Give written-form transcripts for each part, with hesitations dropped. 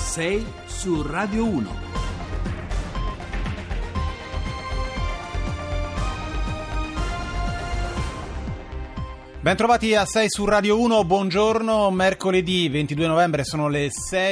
6 su Radio 1. Bentrovati a 6 su Radio 1, buongiorno, mercoledì 22 novembre, sono le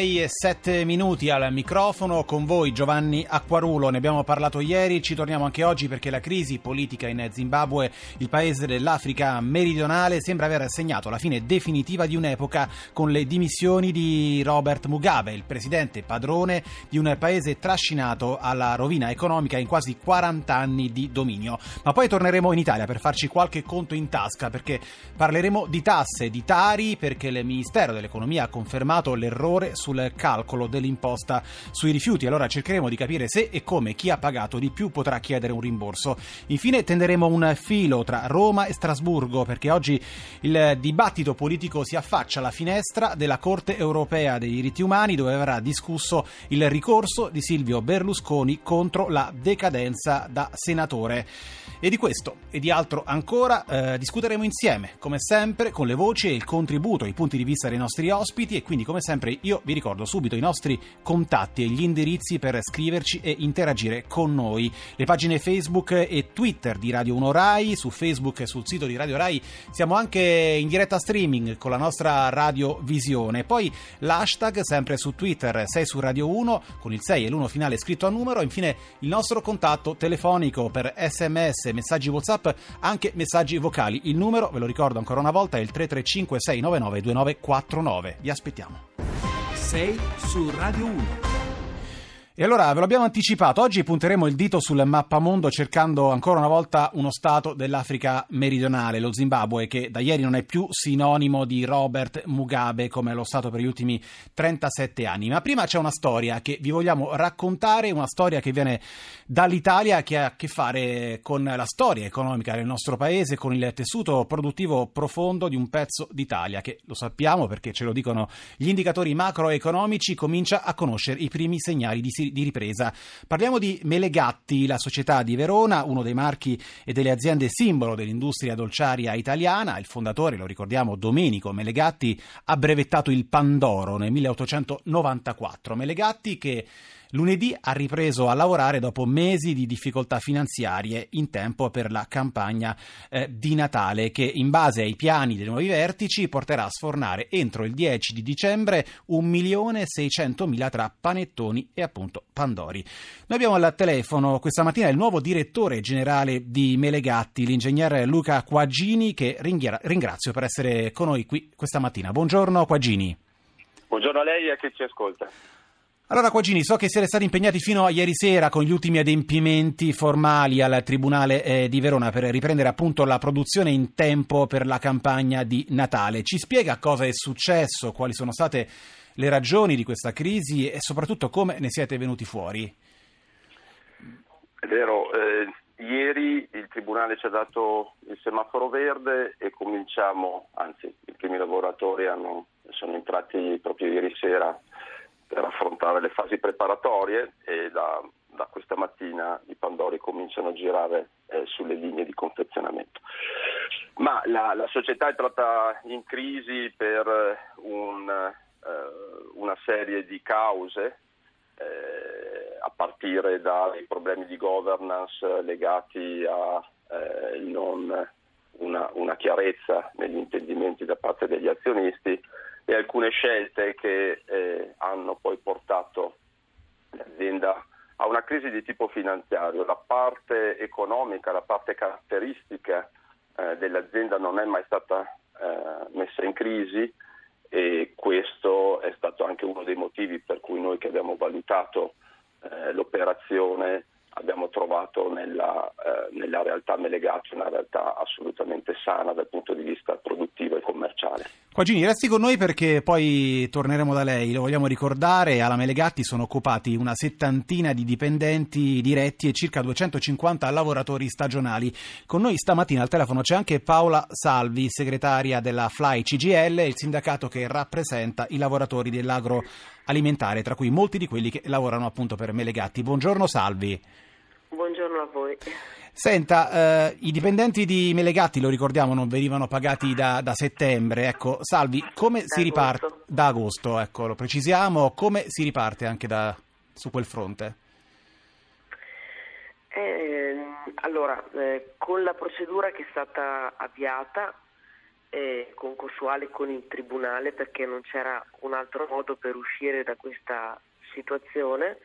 6:07 al microfono, con voi Giovanni Acquarulo. Ne abbiamo parlato ieri, ci torniamo anche oggi perché la crisi politica in Zimbabwe, il paese dell'Africa meridionale, sembra aver segnato la fine definitiva di un'epoca con le dimissioni di Robert Mugabe, il presidente padrone di un paese trascinato alla rovina economica in quasi 40 anni di dominio. Ma poi torneremo in Italia per farci qualche conto in tasca, perché parleremo di tasse, di Tari, perché il Ministero dell'Economia ha confermato l'errore sul calcolo dell'imposta sui rifiuti. Allora cercheremo di capire se e come chi ha pagato di più potrà chiedere un rimborso. Infine tenderemo un filo tra Roma e Strasburgo, perché oggi il dibattito politico si affaccia alla finestra della Corte Europea dei Diritti Umani, dove verrà discusso il ricorso di Silvio Berlusconi contro la decadenza da senatore. E di questo e di altro ancora discuteremo insieme, come sempre, con le voci e il contributo, i punti di vista dei nostri ospiti, e quindi come sempre io vi ricordo subito i nostri contatti e gli indirizzi per scriverci e interagire con noi. Le pagine Facebook e Twitter di Radio 1 Rai, su Facebook e sul sito di Radio Rai siamo anche in diretta streaming con la nostra radiovisione. Poi l'hashtag sempre su Twitter 6 su Radio 1 con il 6 e l'1 finale scritto a numero. Infine il nostro contatto telefonico per SMS, messaggi WhatsApp, anche messaggi vocali. Il numero, ve lo ricordo ancora una volta, è il 335 699 2949. Vi aspettiamo. 6 su Radio 1. E allora, ve lo abbiamo anticipato, oggi punteremo il dito sul mappamondo cercando ancora una volta uno stato dell'Africa meridionale, lo Zimbabwe, che da ieri non è più sinonimo di Robert Mugabe come lo stato per gli ultimi 37 anni. Ma prima c'è una storia che vi vogliamo raccontare, una storia che viene dall'Italia, che ha a che fare con la storia economica del nostro paese, con il tessuto produttivo profondo di un pezzo d'Italia che, lo sappiamo perché ce lo dicono gli indicatori macroeconomici, comincia a conoscere i primi segnali di ripresa. Parliamo di Melegatti, la società di Verona, uno dei marchi e delle aziende simbolo dell'industria dolciaria italiana. Il fondatore, lo ricordiamo, Domenico Melegatti, ha brevettato il Pandoro nel 1894. Melegatti che lunedì ha ripreso a lavorare dopo mesi di difficoltà finanziarie in tempo per la campagna di Natale, che in base ai piani dei nuovi vertici porterà a sfornare entro il 10 di dicembre 1.600.000 tra panettoni e appunto pandori. Noi abbiamo al telefono questa mattina il nuovo direttore generale di Melegatti, l'ingegner Luca Quaggini, che ringrazio per essere con noi qui questa mattina. Buongiorno Quaggini. Buongiorno a lei e a chi ci ascolta. Allora Quaggini, so che siete stati impegnati fino a ieri sera con gli ultimi adempimenti formali al Tribunale di Verona per riprendere appunto la produzione in tempo per la campagna di Natale. Ci spiega cosa è successo, quali sono state le ragioni di questa crisi e soprattutto come ne siete venuti fuori? È vero, ieri il Tribunale ci ha dato il semaforo verde e cominciamo, anzi i primi lavoratori sono entrati proprio ieri sera per affrontare le fasi preparatorie e da questa mattina i pandori cominciano a girare sulle linee di confezionamento. Ma la società è entrata in crisi per una serie di cause, a partire dai problemi di governance legati a una chiarezza negli intendimenti da parte degli azionisti e alcune scelte che hanno poi portato l'azienda a una crisi di tipo finanziario. La parte economica, la parte caratteristica dell'azienda non è mai stata messa in crisi, e questo è stato anche uno dei motivi per cui noi, che abbiamo valutato l'operazione, abbiamo trovato nella realtà Melegatti una realtà assolutamente sana dal punto di vista produttivo e commerciale. Quaggini, resti con noi perché poi torneremo da lei. Lo vogliamo ricordare, alla Melegatti sono occupati una settantina di dipendenti diretti e circa 250 lavoratori stagionali. Con noi stamattina al telefono c'è anche Paola Salvi, segretaria della FLAI CGIL, il sindacato che rappresenta i lavoratori dell'agroalimentare, tra cui molti di quelli che lavorano appunto per Melegatti. Buongiorno Salvi. Buongiorno a voi. Senta, i dipendenti di Melegatti, lo ricordiamo, non venivano pagati da settembre. Ecco, Salvi, come si riparte? da agosto, ecco, lo precisiamo. Come si riparte anche su quel fronte? Allora, con la procedura che è stata avviata, concorsuale con il Tribunale, perché non c'era un altro modo per uscire da questa situazione,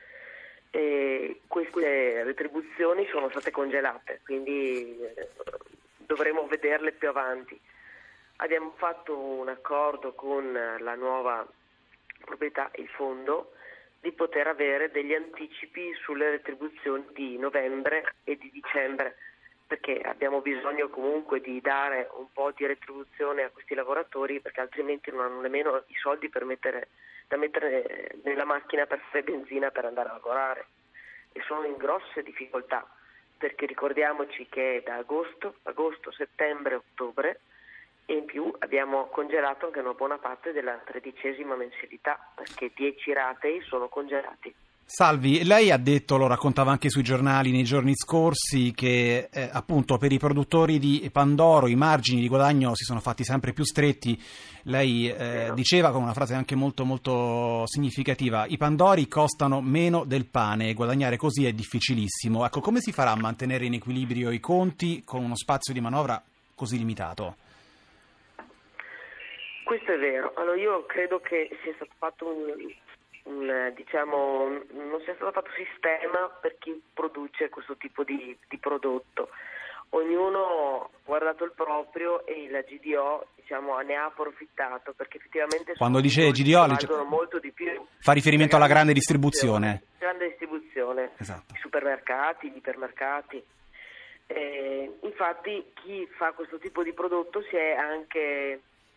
queste retribuzioni sono state congelate, quindi dovremo vederle più avanti. Abbiamo fatto un accordo con la nuova proprietà, il fondo, di poter avere degli anticipi sulle retribuzioni di novembre e di dicembre, perché abbiamo bisogno comunque di dare un po' di retribuzione a questi lavoratori, perché altrimenti non hanno nemmeno i soldi da mettere nella macchina per fare benzina per andare a lavorare, e sono in grosse difficoltà, perché ricordiamoci che è da agosto, settembre, ottobre, e in più abbiamo congelato anche una buona parte della 13ª mensilità, perché 10 ratei sono congelati. Salvi, lei ha detto, lo raccontava anche sui giornali nei giorni scorsi, che appunto per i produttori di Pandoro i margini di guadagno si sono fatti sempre più stretti. Lei diceva con una frase anche molto molto significativa: i pandori costano meno del pane e guadagnare così è difficilissimo. Ecco, come si farà a mantenere in equilibrio i conti con uno spazio di manovra così limitato? Questo è vero. Allora, io credo che sia stato fatto non sia stato fatto sistema per chi produce questo tipo di prodotto. Ognuno ha guardato il proprio e la GDO ne ha approfittato, perché effettivamente quando dice GDO valgono molto di più. Fa riferimento alla grande distribuzione. Grande distribuzione, esatto. I supermercati, gli ipermercati. Infatti chi fa questo tipo di prodotto si è anche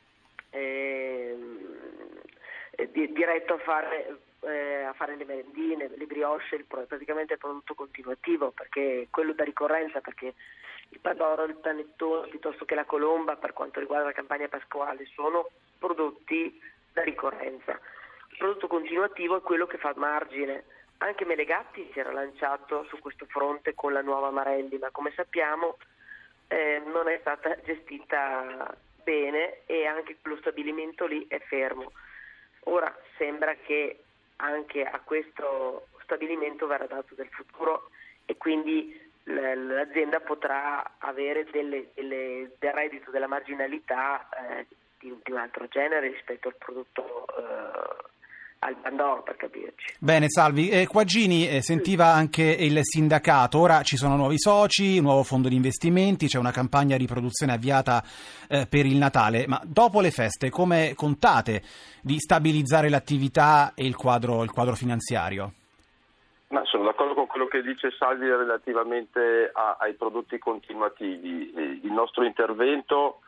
diretto a fare le merendine, le brioche, praticamente il prodotto continuativo, perché quello da ricorrenza, perché il pandoro, il panettone piuttosto che la colomba, per quanto riguarda la campagna pasquale, sono prodotti da ricorrenza. Il prodotto continuativo è quello che fa margine. Anche Melegatti si era lanciato su questo fronte con la nuova Marelli, ma come sappiamo non è stata gestita bene e anche lo stabilimento lì è fermo. Ora sembra che anche a questo stabilimento verrà dato del futuro, e quindi l'azienda potrà avere del reddito, della marginalità di un altro genere rispetto al prodotto al pandoro, per capirci. Bene, Salvi. Quaggini sentiva anche il sindacato. Ora ci sono nuovi soci, un nuovo fondo di investimenti, c'è una campagna di produzione avviata per il Natale, ma dopo le feste come contate di stabilizzare l'attività e il quadro finanziario? Ma sono d'accordo con quello che dice Salvi relativamente ai prodotti continuativi. Il nostro intervento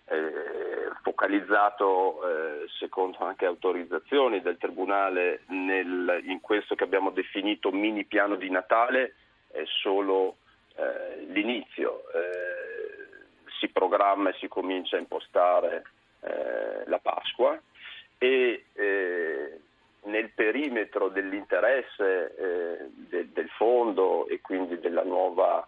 focalizzato secondo anche autorizzazioni del Tribunale in questo che abbiamo definito mini piano di Natale è solo l'inizio. Si programma e si comincia a impostare la Pasqua e nel perimetro dell'interesse del fondo e quindi della nuova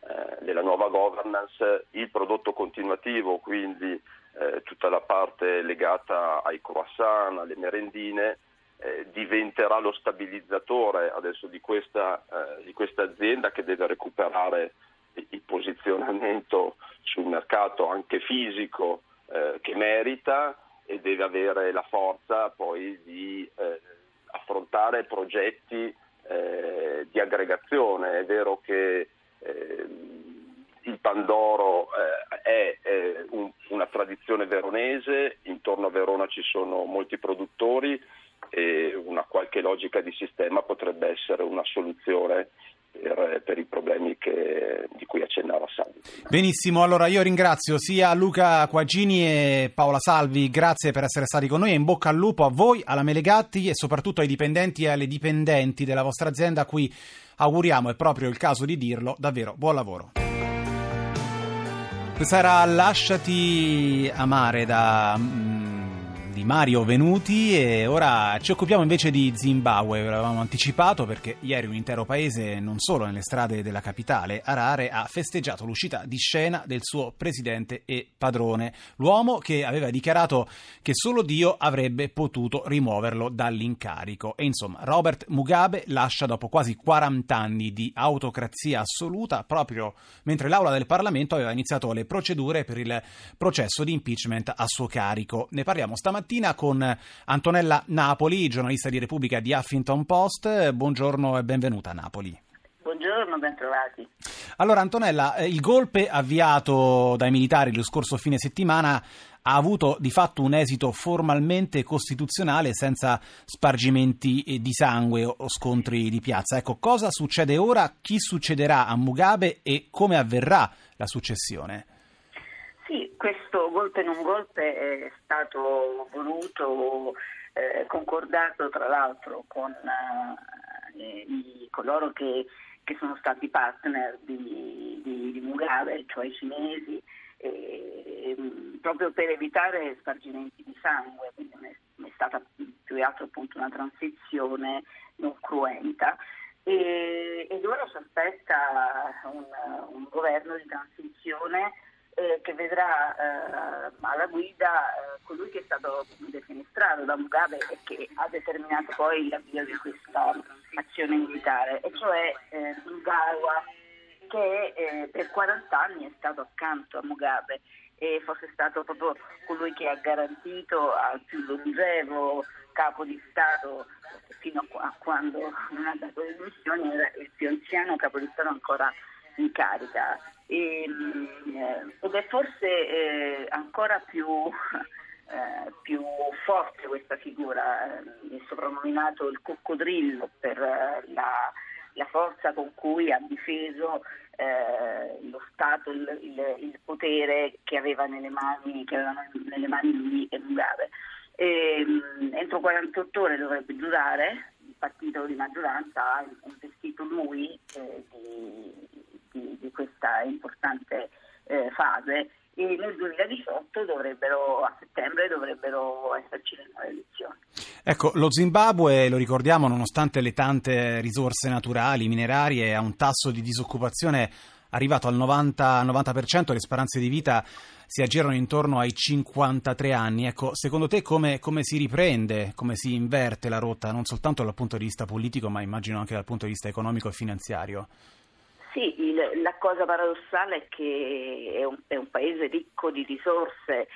governance, il prodotto continuativo, quindi tutta la parte legata ai croissant, alle merendine, diventerà lo stabilizzatore adesso di questa azienda, che deve recuperare il posizionamento sul mercato anche fisico che merita, e deve avere la forza poi di affrontare progetti di aggregazione. È vero che il pandoro è una tradizione veronese, intorno a Verona ci sono molti produttori e una qualche logica di sistema potrebbe essere una soluzione per i problemi di cui accennava Salvi. Benissimo, allora io ringrazio sia Luca Quaggini e Paola Salvi, grazie per essere stati con noi e in bocca al lupo a voi, alla Melegatti e soprattutto ai dipendenti e alle dipendenti della vostra azienda, a cui auguriamo, è proprio il caso di dirlo, davvero buon lavoro. Questa era Lasciati amare da di Mario Venuti e ora ci occupiamo invece di Zimbabwe. L'avevamo anticipato perché ieri un intero paese, non solo nelle strade della capitale Harare, ha festeggiato l'uscita di scena del suo presidente e padrone, l'uomo che aveva dichiarato che solo Dio avrebbe potuto rimuoverlo dall'incarico. E insomma, Robert Mugabe lascia dopo quasi 40 anni di autocrazia assoluta, proprio mentre l'Aula del Parlamento aveva iniziato le procedure per il processo di impeachment a suo carico. Ne parliamo stamattina con Antonella Napoli, giornalista di Repubblica di Huffington Post. Buongiorno e benvenuta a Napoli. Buongiorno, ben trovati. Allora Antonella, il golpe avviato dai militari lo scorso fine settimana ha avuto di fatto un esito formalmente costituzionale senza spargimenti di sangue o scontri di piazza. Ecco, cosa succede ora? Chi succederà a Mugabe e come avverrà la successione? Sì, questo golpe non golpe è stato voluto, concordato tra l'altro con coloro che sono stati partner di Mugabe, cioè i cinesi, proprio per evitare spargimenti di sangue, quindi è stata più che altro appunto una transizione non cruenta. Ed ora si aspetta un governo di transizione che vedrà alla guida colui che è stato defenestrato da Mugabe e che ha determinato poi l'avvio di questa azione militare, e cioè Mnangagwa, che per 40 anni è stato accanto a Mugabe e fosse stato proprio colui che ha garantito al più longevo capo di Stato fino a quando non ha dato le dimissioni, era il più anziano capo di Stato ancora in carica. Ed è forse ancora più forte questa figura, soprannominato il coccodrillo per la forza con cui ha difeso lo Stato, il potere che avevano nelle mani lui e Mugabe. Entro 48 ore dovrebbe giurare, il partito di maggioranza ha investito lui di questa importante fase, e nel 2018 a settembre dovrebbero esserci le nuove elezioni. Ecco, lo Zimbabwe, lo ricordiamo, nonostante le tante risorse naturali, minerarie, ha un tasso di disoccupazione arrivato al 90%, le speranze di vita si aggirano intorno ai 53 anni. Ecco, secondo te come si riprende, come si inverte la rotta, non soltanto dal punto di vista politico, ma immagino anche dal punto di vista economico e finanziario? Sì, la cosa paradossale è che è un paese ricco di risorse,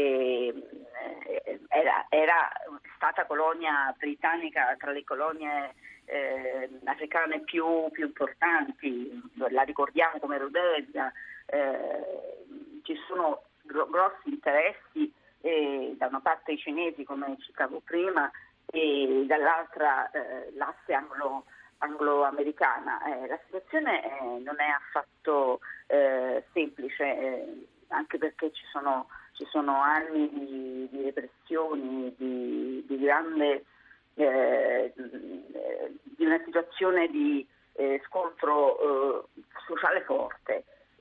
era stata colonia britannica tra le colonie africane più importanti, la ricordiamo come Rhodesia, ci sono grossi interessi, da una parte i cinesi, come citavo prima, e dall'altra l'asse anglo-americana. La situazione non è affatto semplice, anche perché ci sono anni di repressioni, di grande di una situazione di scontro sociale forte.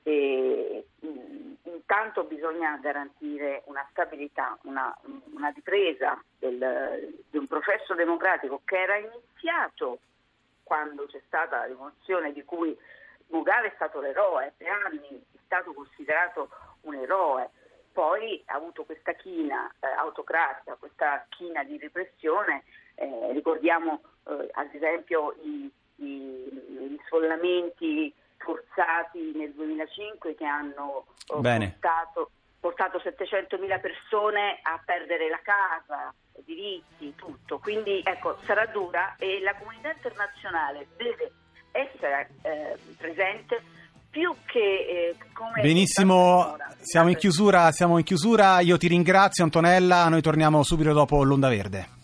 Intanto bisogna garantire una stabilità, una ripresa di un processo democratico che era iniziato quando c'è stata la rivoluzione di cui Mugabe è stato l'eroe, per anni è stato considerato un eroe, poi ha avuto questa china autocratica, questa china di repressione, ricordiamo ad esempio gli sfollamenti forzati nel 2005 che hanno portato 700.000 persone a perdere la casa, diritti, tutto. Quindi ecco, sarà dura e la comunità internazionale deve essere presente più che come... Benissimo, siamo in chiusura, io ti ringrazio Antonella, noi torniamo subito dopo l'Onda Verde.